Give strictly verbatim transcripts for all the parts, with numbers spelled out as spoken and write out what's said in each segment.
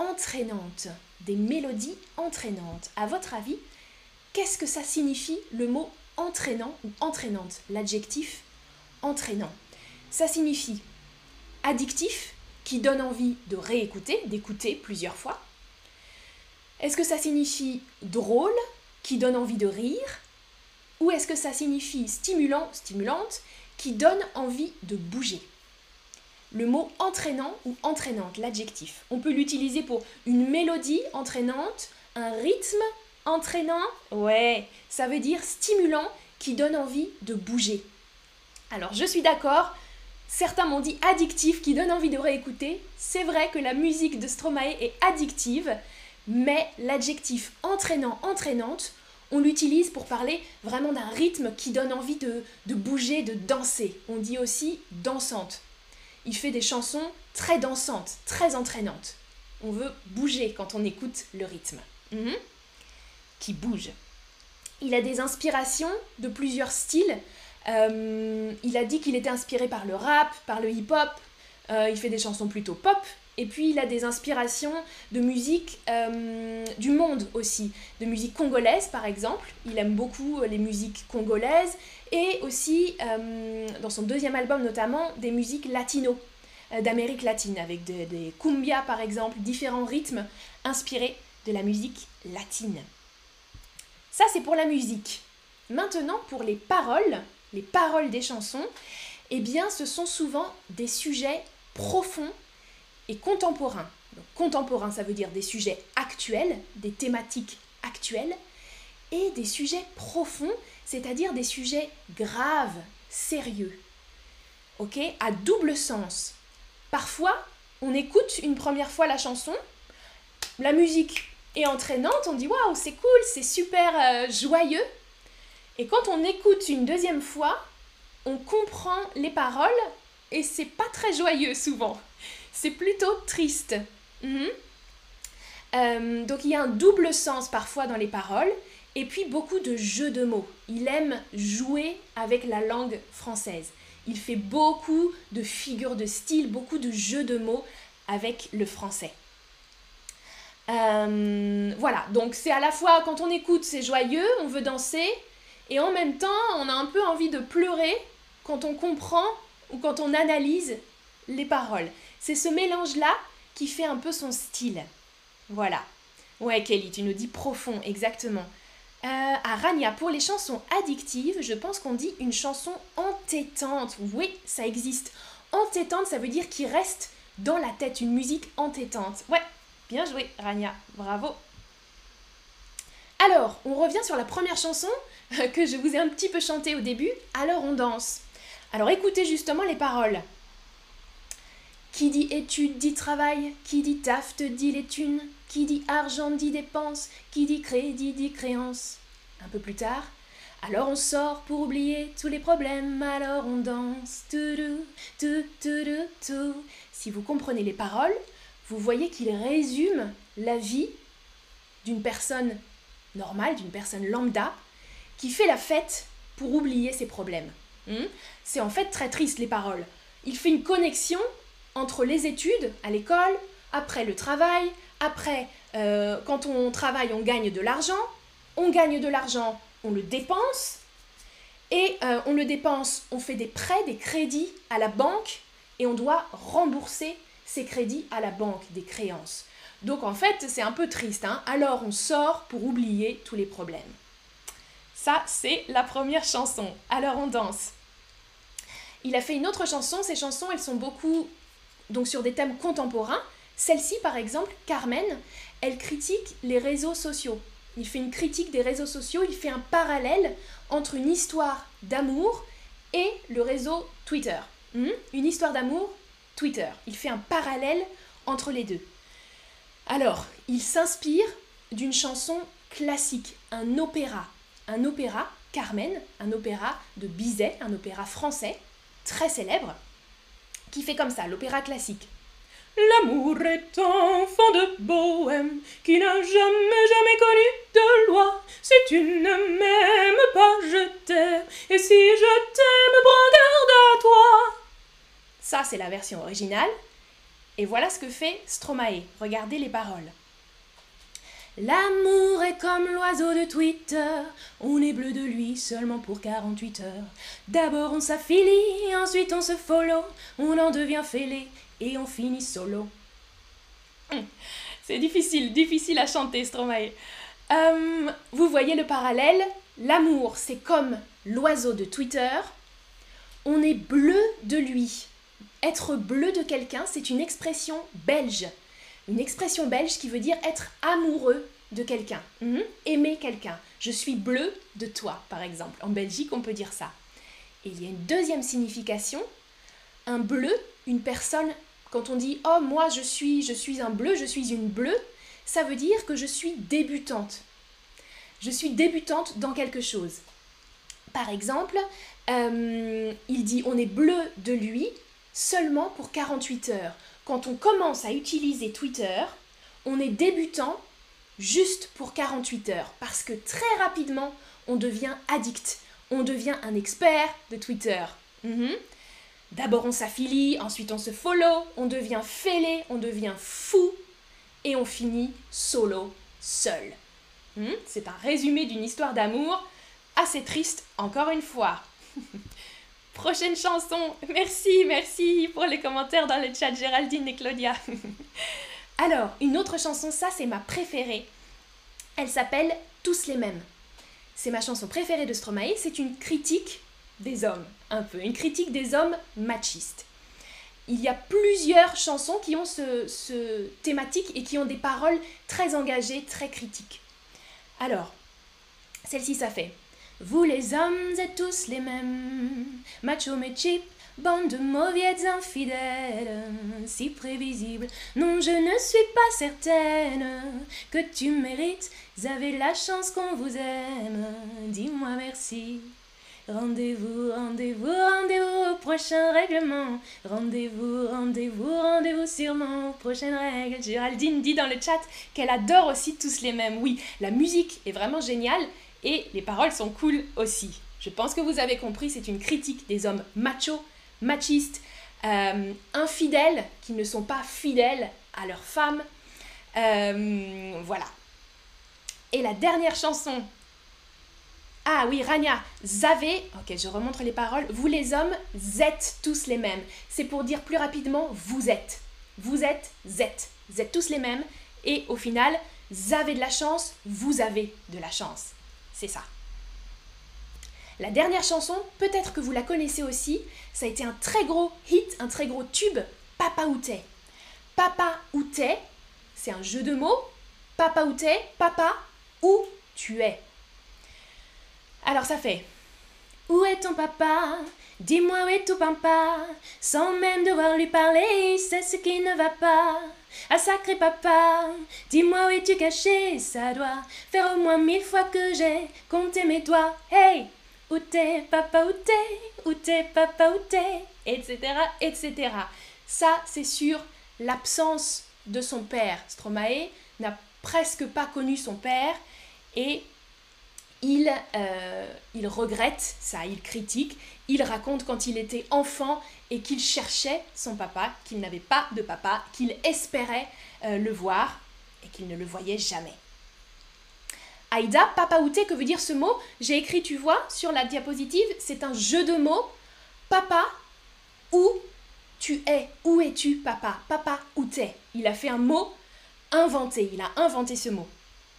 entraînantes, des mélodies entraînantes. À votre avis, qu'est-ce que ça signifie le mot entraînant ou entraînante, l'adjectif entraînant? Ça signifie addictif, qui donne envie de réécouter, d'écouter plusieurs fois. Est-ce que ça signifie drôle, qui donne envie de rire? Ou est-ce que ça signifie stimulant, stimulante, qui donne envie de bouger? Le mot entraînant ou entraînante, l'adjectif, on peut l'utiliser pour une mélodie entraînante, un rythme entraînant. Ouais, ça veut dire stimulant, qui donne envie de bouger. Alors je suis d'accord, certains m'ont dit addictif, qui donne envie de réécouter. C'est vrai que la musique de Stromae est addictive, mais l'adjectif entraînant, entraînante, on l'utilise pour parler vraiment d'un rythme qui donne envie de, de bouger, de danser. On dit aussi dansante. Il fait des chansons très dansantes, très entraînantes. On veut bouger quand on écoute le rythme. Mmh. Qui bouge. Il a des inspirations de plusieurs styles. Euh, il a dit qu'il était inspiré par le rap, par le hip-hop. Euh, il fait des chansons plutôt pop. Et puis il a des inspirations de musique euh, du monde aussi, de musique congolaise par exemple. Il aime beaucoup les musiques congolaises et aussi, euh, dans son deuxième album notamment, des musiques latino, euh, d'Amérique latine, avec des, des cumbias par exemple, différents rythmes inspirés de la musique latine. Ça c'est pour la musique. Maintenant pour les paroles, les paroles des chansons, eh bien ce sont souvent des sujets profonds et contemporain. Donc, contemporain, ça veut dire des sujets actuels, des thématiques actuelles, et des sujets profonds, c'est-à-dire des sujets graves, sérieux. Ok, à double sens. Parfois, on écoute une première fois la chanson, la musique est entraînante, on dit waouh, c'est cool, c'est super euh, joyeux. Et quand on écoute une deuxième fois, on comprend les paroles et c'est pas très joyeux souvent. C'est plutôt triste. Mmh. Euh, donc il y a un double sens parfois dans les paroles et puis beaucoup de jeux de mots. Il aime jouer avec la langue française. Il fait beaucoup de figures de style, beaucoup de jeux de mots avec le français. Euh, voilà, donc c'est à la fois quand on écoute c'est joyeux, on veut danser et en même temps on a un peu envie de pleurer quand on comprend ou quand on analyse les paroles. C'est ce mélange-là qui fait un peu son style. Voilà. Ouais, Kelly, tu nous dis profond, exactement. Euh, à Rania, pour les chansons addictives, je pense qu'on dit une chanson entêtante. Oui, ça existe. Entêtante, ça veut dire qu'il reste dans la tête, une musique entêtante. Ouais, bien joué, Rania. Bravo. Alors, on revient sur la première chanson que je vous ai un petit peu chantée au début. Alors, on danse. Alors, écoutez justement les paroles. Qui dit études dit travail, qui dit taf te dit les thunes, qui dit argent dit dépenses, qui dit crédit dit créance. Un peu plus tard, alors on sort pour oublier tous les problèmes, alors on danse. Toudou, tout, toudou, tout. Si vous comprenez les paroles, vous voyez qu'il résume la vie d'une personne normale, d'une personne lambda, qui fait la fête pour oublier ses problèmes. Hmm? C'est en fait très triste les paroles. Il fait une connexion entre les études à l'école, après le travail, après euh, quand on travaille on gagne de l'argent, on gagne de l'argent, on le dépense, et euh, on le dépense, on fait des prêts, des crédits à la banque, et on doit rembourser ces crédits à la banque, des créances. Donc en fait c'est un peu triste, hein. Alors on sort pour oublier tous les problèmes. Ça c'est la première chanson, alors on danse. Il a fait une autre chanson, ces chansons elles sont beaucoup donc sur des thèmes contemporains. Celle-ci, par exemple, Carmen, elle critique les réseaux sociaux. Il fait une critique des réseaux sociaux, il fait un parallèle entre une histoire d'amour et le réseau Twitter. Mmh une histoire d'amour, Twitter. Il fait un parallèle entre les deux. Alors, il s'inspire d'une chanson classique, un opéra. Un opéra, Carmen, un opéra de Bizet, un opéra français, très célèbre, qui fait comme ça, l'opéra classique. L'amour est enfant de bohème, qui n'a jamais, jamais connu de loi. Si tu ne m'aimes pas, je t'aime, et si je t'aime, prends garde à toi. Ça, c'est la version originale. Et voilà ce que fait Stromae. Regardez les paroles. L'amour est comme l'oiseau de Twitter, on est bleu de lui seulement pour quarante-huit heures. D'abord on s'affilie, ensuite on se follow, on en devient fêlé et on finit solo. Hum, c'est difficile, difficile à chanter Stromae. Euh, vous voyez le parallèle? L'amour c'est comme l'oiseau de Twitter, on est bleu de lui. Être bleu de quelqu'un, c'est une expression belge. Une expression belge qui veut dire être amoureux de quelqu'un, mmh. Aimer quelqu'un. Je suis bleu de toi, par exemple. En Belgique, on peut dire ça. Et il y a une deuxième signification. Un bleu, une personne, quand on dit « Oh, moi, je suis, je suis un bleu, je suis une bleue », ça veut dire que je suis débutante. Je suis débutante dans quelque chose. Par exemple, euh, il dit « On est bleu de lui seulement pour quarante-huit heures ». Quand on commence à utiliser Twitter, on est débutant juste pour quarante-huit heures parce que très rapidement, on devient addict, on devient un expert de Twitter. Mm-hmm. D'abord, on s'affilie, ensuite on se follow, on devient fêlé, on devient fou et on finit solo, seul. Mm? C'est un résumé d'une histoire d'amour assez triste, encore une fois. Prochaine chanson. Merci, merci pour les commentaires dans le chat, Géraldine et Claudia. Alors, une autre chanson, ça c'est ma préférée. Elle s'appelle « Tous les mêmes ». C'est ma chanson préférée de Stromae. C'est une critique des hommes, un peu. Une critique des hommes machistes. Il y a plusieurs chansons qui ont ce, ce thématique et qui ont des paroles très engagées, très critiques. Alors, celle-ci, ça fait... Vous les hommes êtes tous les mêmes, macho mais cheap, bande de mauviettes infidèles, si prévisible. Non, je ne suis pas certaine que tu mérites, vous avez la chance qu'on vous aime, dis-moi merci. Rendez-vous, rendez-vous, rendez-vous au prochain règlement. Rendez-vous, rendez-vous, rendez-vous sûrement aux prochaines règles. Géraldine dit dans le chat qu'elle adore aussi Tous les mêmes. Oui, la musique est vraiment géniale. Et les paroles sont cool aussi. Je pense que vous avez compris, c'est une critique des hommes machos, machistes, euh, infidèles, qui ne sont pas fidèles à leurs femmes. Euh, voilà. Et la dernière chanson. Ah oui, Rania, Zavé. Ok, je remontre les paroles. Vous les hommes, êtes tous les mêmes. C'est pour dire plus rapidement, vous êtes. Vous êtes, êtes. Vous êtes tous les mêmes. Et au final, vous avez de la chance, vous avez de la chance. C'est ça. La dernière chanson, peut-être que vous la connaissez aussi, ça a été un très gros hit, un très gros tube, Papa où t'es. Papa où t'es, c'est un jeu de mots. Papa où t'es, papa où tu es. Alors ça fait... Où est ton papa? Dis-moi où est ton papa? Sans même devoir lui parler, c'est ce qui ne va pas. Ah sacré papa, dis-moi où es-tu caché? Ça doit faire au moins mille fois que j'ai compté mes doigts. Hey, où t'es papa, où t'es? Où t'es papa, où t'es? Etc, et cetera. Ça, c'est sur l'absence de son père. Stromae n'a presque pas connu son père et il, euh, il regrette ça, il critique, il raconte quand il était enfant et qu'il cherchait son papa, qu'il n'avait pas de papa, qu'il espérait euh, le voir et qu'il ne le voyait jamais. Aïda, papa où t'es, que veut dire ce mot? J'ai écrit, tu vois, sur la diapositive, c'est un jeu de mots. Papa, où tu es? Où es-tu, papa? Papa, où t'es? Il a fait un mot inventé, il a inventé ce mot.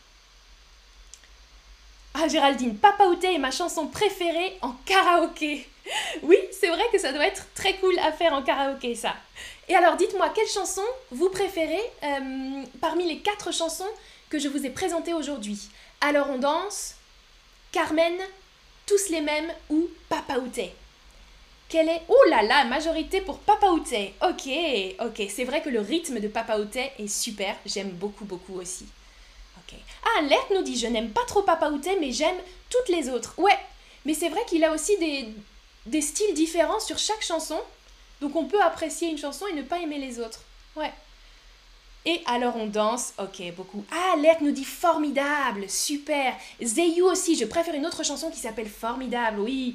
Ah Géraldine, Papa où t'es est ma chanson préférée en karaoké. Oui, c'est vrai que ça doit être très cool à faire en karaoké, ça. Et alors, dites-moi, quelle chanson vous préférez euh, parmi les quatre chansons que je vous ai présentées aujourd'hui? Alors on danse, Carmen, Tous les mêmes ou Papa où t'es? Quelle est... Oh là là, majorité pour Papa où t'es. Ok, ok, c'est vrai que le rythme de Papa où t'es est super, j'aime beaucoup, beaucoup aussi. Okay. Ah, Lert nous dit, je n'aime pas trop Papa où t'es, mais j'aime toutes les autres. Ouais, mais c'est vrai qu'il a aussi des, des styles différents sur chaque chanson. Donc on peut apprécier une chanson et ne pas aimer les autres. Ouais. Et alors on danse, ok, beaucoup. Ah, Lert nous dit formidable, super. Zeyou aussi, je préfère une autre chanson qui s'appelle Formidable, oui.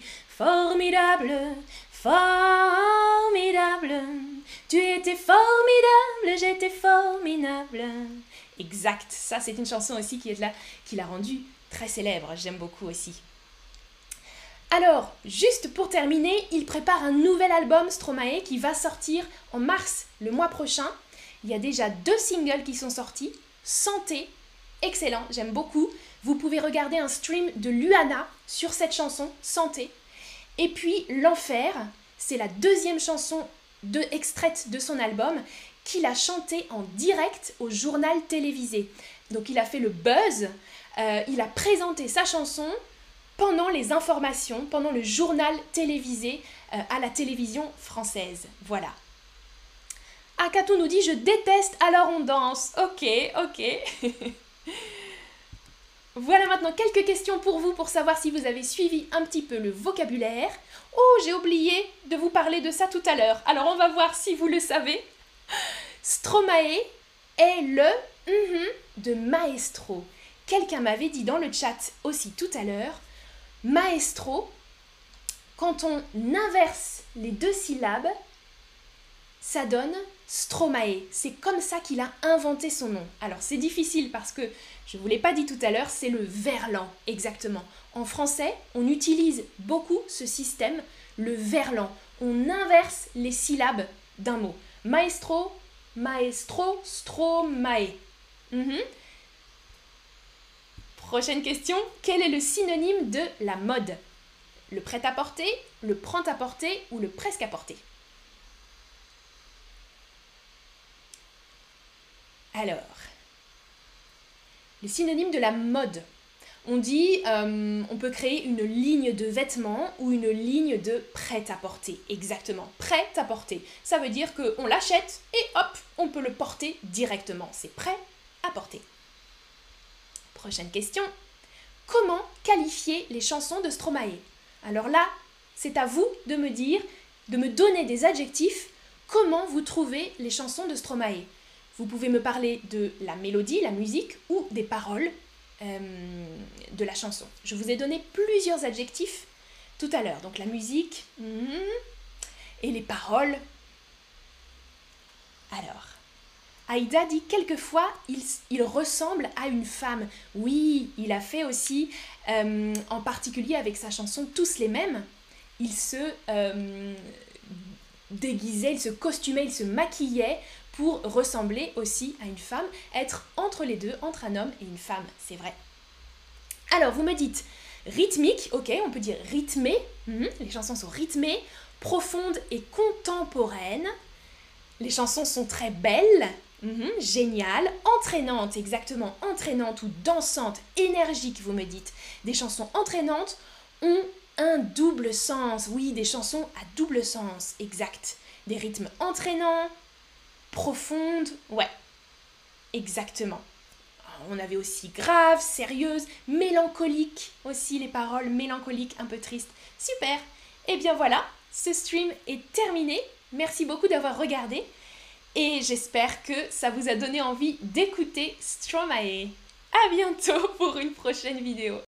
Formidable, formidable. Tu étais formidable j'étais formidable. Exact, ça c'est une chanson aussi qui est là, qui l'a rendue très célèbre, j'aime beaucoup aussi. Alors, juste pour terminer, il prépare un nouvel album, Stromae, qui va sortir en mars, le mois prochain. Il y a déjà deux singles qui sont sortis. Santé, excellent, j'aime beaucoup. Vous pouvez regarder un stream de Luana sur cette chanson, Santé. Et puis, L'Enfer, c'est la deuxième chanson de, extraite de son album qu'il a chantée en direct au journal télévisé. Donc, il a fait le buzz, euh, il a présenté sa chanson pendant les informations, pendant le journal télévisé euh, à la télévision française. Voilà. Akatou nous dit « Je déteste, alors on danse ». Ok, ok. Voilà maintenant quelques questions pour vous pour savoir si vous avez suivi un petit peu le vocabulaire. Oh, j'ai oublié de vous parler de ça tout à l'heure. Alors on va voir si vous le savez. Stromae est le mm-hmm de maestro. Quelqu'un m'avait dit dans le chat aussi tout à l'heure, maestro, quand on inverse les deux syllabes, ça donne Stromae. C'est comme ça qu'il a inventé son nom. Alors c'est difficile parce que, je ne vous l'ai pas dit tout à l'heure, c'est le verlan, exactement. En français, on utilise beaucoup ce système, le verlan. On inverse les syllabes d'un mot. Maestro, maestro, Stromae. Mm-hmm. Prochaine question, quel est le synonyme de la mode? Le prêt-à-porter, le prend-à-porter ou le presque-à-porter? Alors, le synonyme de la mode. On dit, euh, on peut créer une ligne de vêtements ou une ligne de prêt-à-porter. Exactement, prêt-à-porter. Ça veut dire qu'on l'achète et hop, on peut le porter directement. C'est prêt à porter. Prochaine question. Comment qualifier les chansons de Stromae? Alors là, c'est à vous de me dire, de me donner des adjectifs. Comment vous trouvez les chansons de Stromae? Vous pouvez me parler de la mélodie, la musique ou des paroles euh, de la chanson. Je vous ai donné plusieurs adjectifs tout à l'heure. Donc la musique mm, et les paroles. Alors, Aïda dit quelquefois il, il ressemble à une femme. Oui, il a fait aussi, euh, en particulier avec sa chanson Tous les mêmes, il se euh, déguisait, il se costumait, il se maquillait pour ressembler aussi à une femme, être entre les deux, entre un homme et une femme, c'est vrai. Alors, vous me dites rythmique, ok, on peut dire rythmé, mm-hmm, les chansons sont rythmées, profondes et contemporaines, les chansons sont très belles, mm-hmm, géniales, entraînantes, exactement, entraînantes ou dansantes, énergiques, vous me dites. Des chansons entraînantes ont un double sens, oui, des chansons à double sens, exact. Des rythmes entraînants, profonde, ouais, exactement. On avait aussi grave, sérieuse, mélancolique, aussi les paroles mélancoliques, un peu tristes. Super. Et bien voilà, ce stream est terminé. Merci beaucoup d'avoir regardé et j'espère que ça vous a donné envie d'écouter Stromae. À bientôt pour une prochaine vidéo.